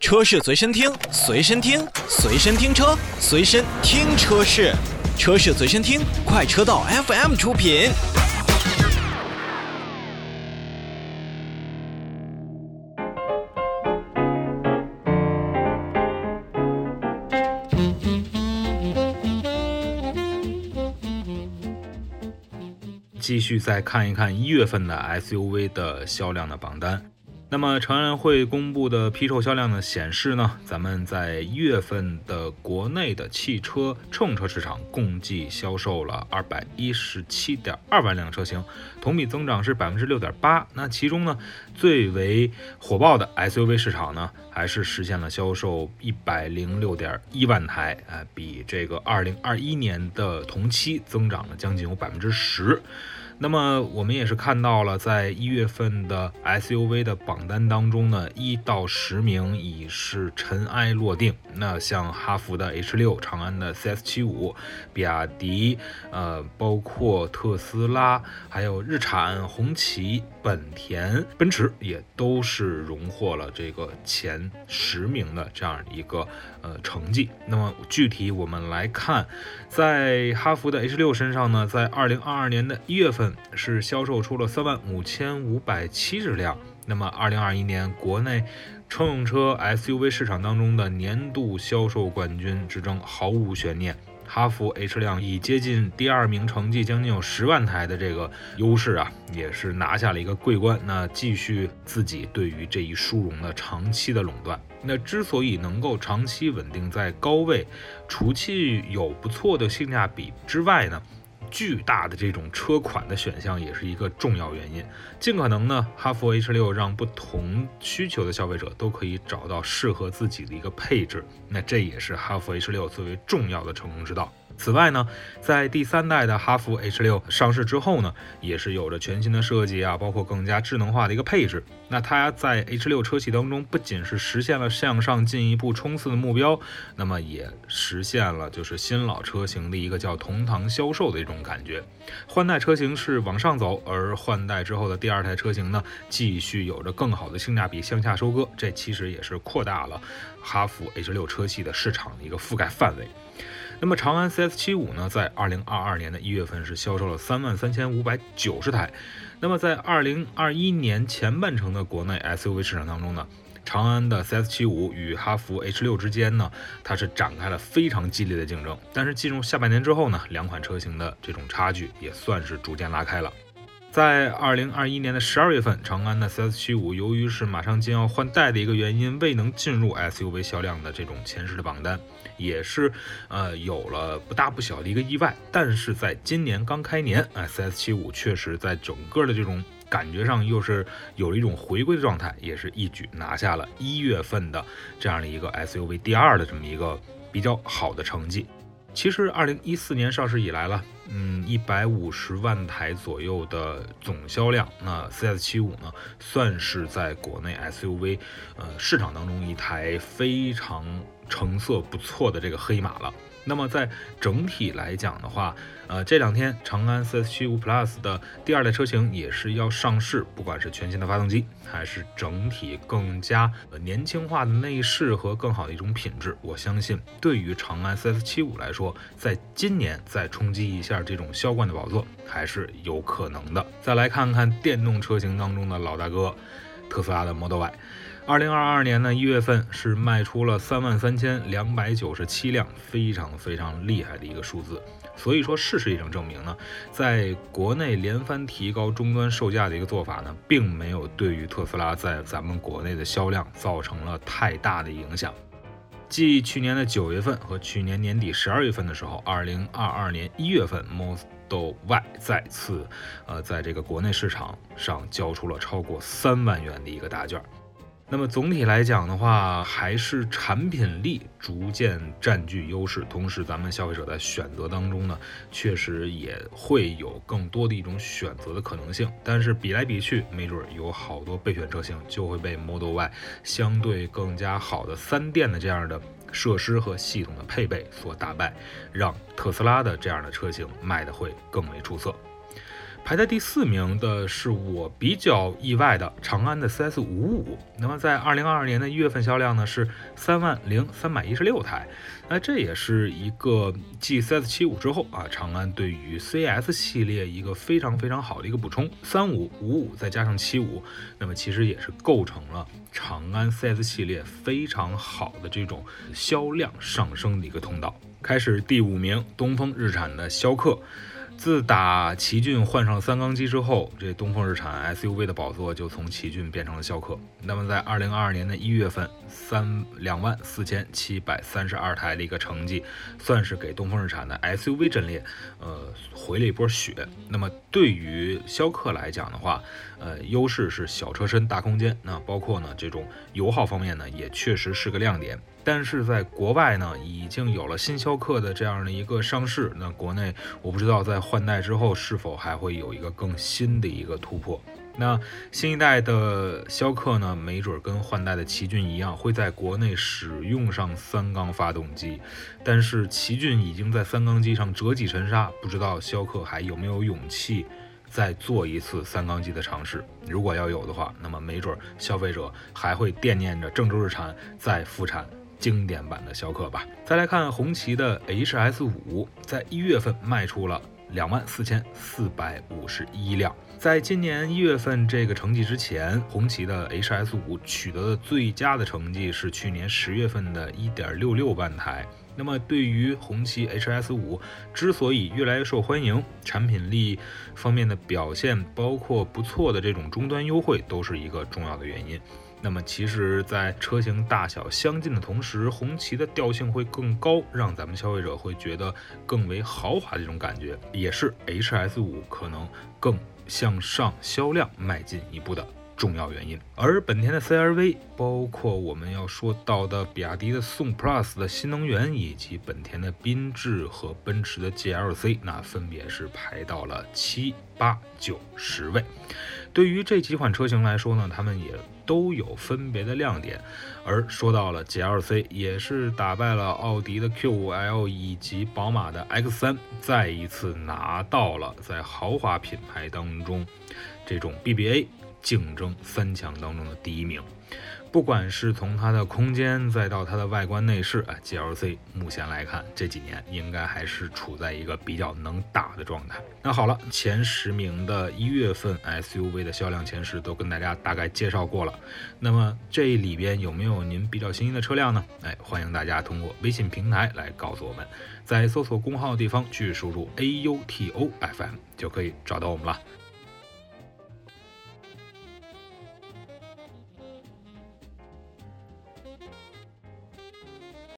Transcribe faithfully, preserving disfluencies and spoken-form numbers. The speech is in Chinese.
车是随身听，随身听，随身听车，随身听车是，车是随身听，快车道 F M 出品。 继续再看一看一月份的 S U V 的销量的榜单。那么长安会公布的批售销量呢显示呢，咱们在一月份的国内的汽车乘用车市场共计销售了二百一十七点二万辆车型，同比增长是 百分之六点八。 那其中呢最为火爆的 S U V 市场呢还是实现了销售一百零六点一万台，呃，比这个二零二一年的同期增长了将近有 百分之十。那么我们也是看到了，在一月份的 S U V 的榜单当中呢，一到十名已是尘埃落定。那像哈弗的 H 六、长安的 C S 七十五、比亚迪，呃，包括特斯拉，还有日产、红旗、本田、奔驰，也都是荣获了这个前十名的这样一个呃成绩。那么具体我们来看，在哈弗的 H 六身上呢，在二零二二年的一月份是销售出了三万五千五百七十辆。那么二零二一年国内乘用车 S U V 市场当中的年度销售冠军之争毫无悬念，哈弗 H 辆以接近第二名成绩将近有十万台的这个优势啊，也是拿下了一个桂冠，那继续自己对于这一殊荣的长期的垄断。那之所以能够长期稳定在高位，除去有不错的性价比之外呢，巨大的这种车款的选项也是一个重要原因。尽可能呢，哈弗 H 六让不同需求的消费者都可以找到适合自己的一个配置，那这也是哈弗 H 六最为重要的成功之道。此外呢，在第三代的哈弗 H 六上市之后呢，也是有着全新的设计啊，包括更加智能化的一个配置。那它在 H 六车系当中不仅是实现了向上进一步冲刺的目标，那么也实现了就是新老车型的一个叫同堂销售的一种感觉。换代车型是往上走，而换代之后的第二代车型呢，继续有着更好的性价比向下收割，这其实也是扩大了哈弗 H 六车系的市场的一个覆盖范围。那么长安 C S 七十五 呢，在二零二二年的一月份是销售了三万三千五百九十台。那么在二零二一年前半程的国内 S U V 市场当中呢，长安的 C S 七十五 与哈弗 H 六之间呢，它是展开了非常激烈的竞争。但是进入下半年之后呢，两款车型的这种差距也算是逐渐拉开了。在二零二一年的十二月份，长安的 C S 七十五 由于是马上将要换代的一个原因，未能进入 S U V 销量的这种前十的榜单，也是呃有了不大不小的一个意外。但是在今年刚开年，哎 ，C S 七十五 确实在整个的这种感觉上又是有了一种回归的状态，也是一举拿下了一月份的这样的一个 S U V 第二的这么一个比较好的成绩。其实二零一四年上市以来了，嗯，一百五十万台左右的总销量，那 C S 七十五 呢，算是在国内 S U V 呃市场当中一台非常成色不错的这个黑马了。那么在整体来讲的话，呃，这两天长安 C S 七十五 Plus 的第二代车型也是要上市，不管是全新的发动机，还是整体更加年轻化的内饰和更好的一种品质，我相信对于长安 C S 七十五 来说，在今年再冲击一下这种销冠的宝座还是有可能的。再来看看电动车型当中的老大哥，特斯拉的 Model Y。二零二二年呢，一月份是卖出了三万三千两百九十七辆，非常非常厉害的一个数字。所以说，事实已经证明呢，在国内连番提高终端售价的一个做法呢，并没有对于特斯拉在咱们国内的销量造成了太大的影响。继去年的九月份和去年年底十二月份的时候，二零二二年一月份 Model Y 再次呃在这个国内市场上交出了超过三万元的一个大件。那么总体来讲的话，还是产品力逐渐占据优势，同时咱们消费者在选择当中呢，确实也会有更多的一种选择的可能性。但是比来比去，没准有好多备选车型就会被 Model Y 相对更加好的三电的这样的设施和系统的配备所打败，让特斯拉的这样的车型卖的会更为出色。 排在第四名的是我比较意外的长安的 C S 五五，那么在二零二二年的一月份销量呢是三万零三百一十六台，那这也是一个继 C S 七五之后啊，长安对于 C S 系列一个非常非常好的一个补充，三五、五五再加上七五，那么其实也是构成了长安 C S 系列非常好的这种销量上升的一个通道。开始第五名，东风日产的逍客。自打奇骏换上三缸机之后，这东风日产 S U V 的宝座就从奇骏变成了逍客。那么在二零二二年的一月份，三两万四千七百三十二台的一个成绩，算是给东风日产的 S U V 阵列，呃，回了一波血。那么对于逍客来讲的话，呃，优势是小车身大空间，那包括呢这种油耗方面呢，也确实是个亮点。但是在国外呢，已经有了新逍客的这样的一个上市，那国内我不知道在换代之后是否还会有一个更新的一个突破。那新一代的逍客呢，没准跟换代的奇骏一样，会在国内使用上三缸发动机，但是奇骏已经在三缸机上折戟沉沙，不知道逍客还有没有勇气再做一次三缸机的尝试。如果要有的话，那么没准消费者还会惦念着郑州日产再复产经典版的逍客吧。再来看红旗的 H S 五，在一月份卖出了两万四千四百五十一辆。在今年一月份这个成绩之前，红旗的 H S 五取得的最佳的成绩是去年十月份的 一点六六万台。那么对于红旗 H S 五之所以越来越受欢迎，产品力方面的表现，包括不错的这种终端优惠，都是一个重要的原因。那么其实在车型大小相近的同时，红旗的调性会更高，让咱们消费者会觉得更为豪华的这种感觉，也是 H S 五可能更向上销量迈进一步的重要原因。而本田的 C R V， 包括我们要说到的比亚迪的宋 Plus 的新能源，以及本田的缤智和奔驰的 G L C， 那分别是排到了七、八、九、十位。对于这几款车型来说呢，他们也都有分别的亮点。而说到了 G L C， 也是打败了奥迪的 Q 五 L 以及宝马的 X 三， 再一次拿到了在豪华品牌当中这种 B B A 竞争三强当中的第一名。不管是从它的空间再到它的外观内饰，啊 G L C 目前来看这几年应该还是处在一个比较能打的状态。那好了，前十名的一月份 S U V 的销量前十都跟大家大概介绍过了。那么这里边有没有您比较心仪的车辆呢？哎，欢迎大家通过微信平台来告诉我们，在搜索公号的地方去输入 A U T O F M 就可以找到我们了。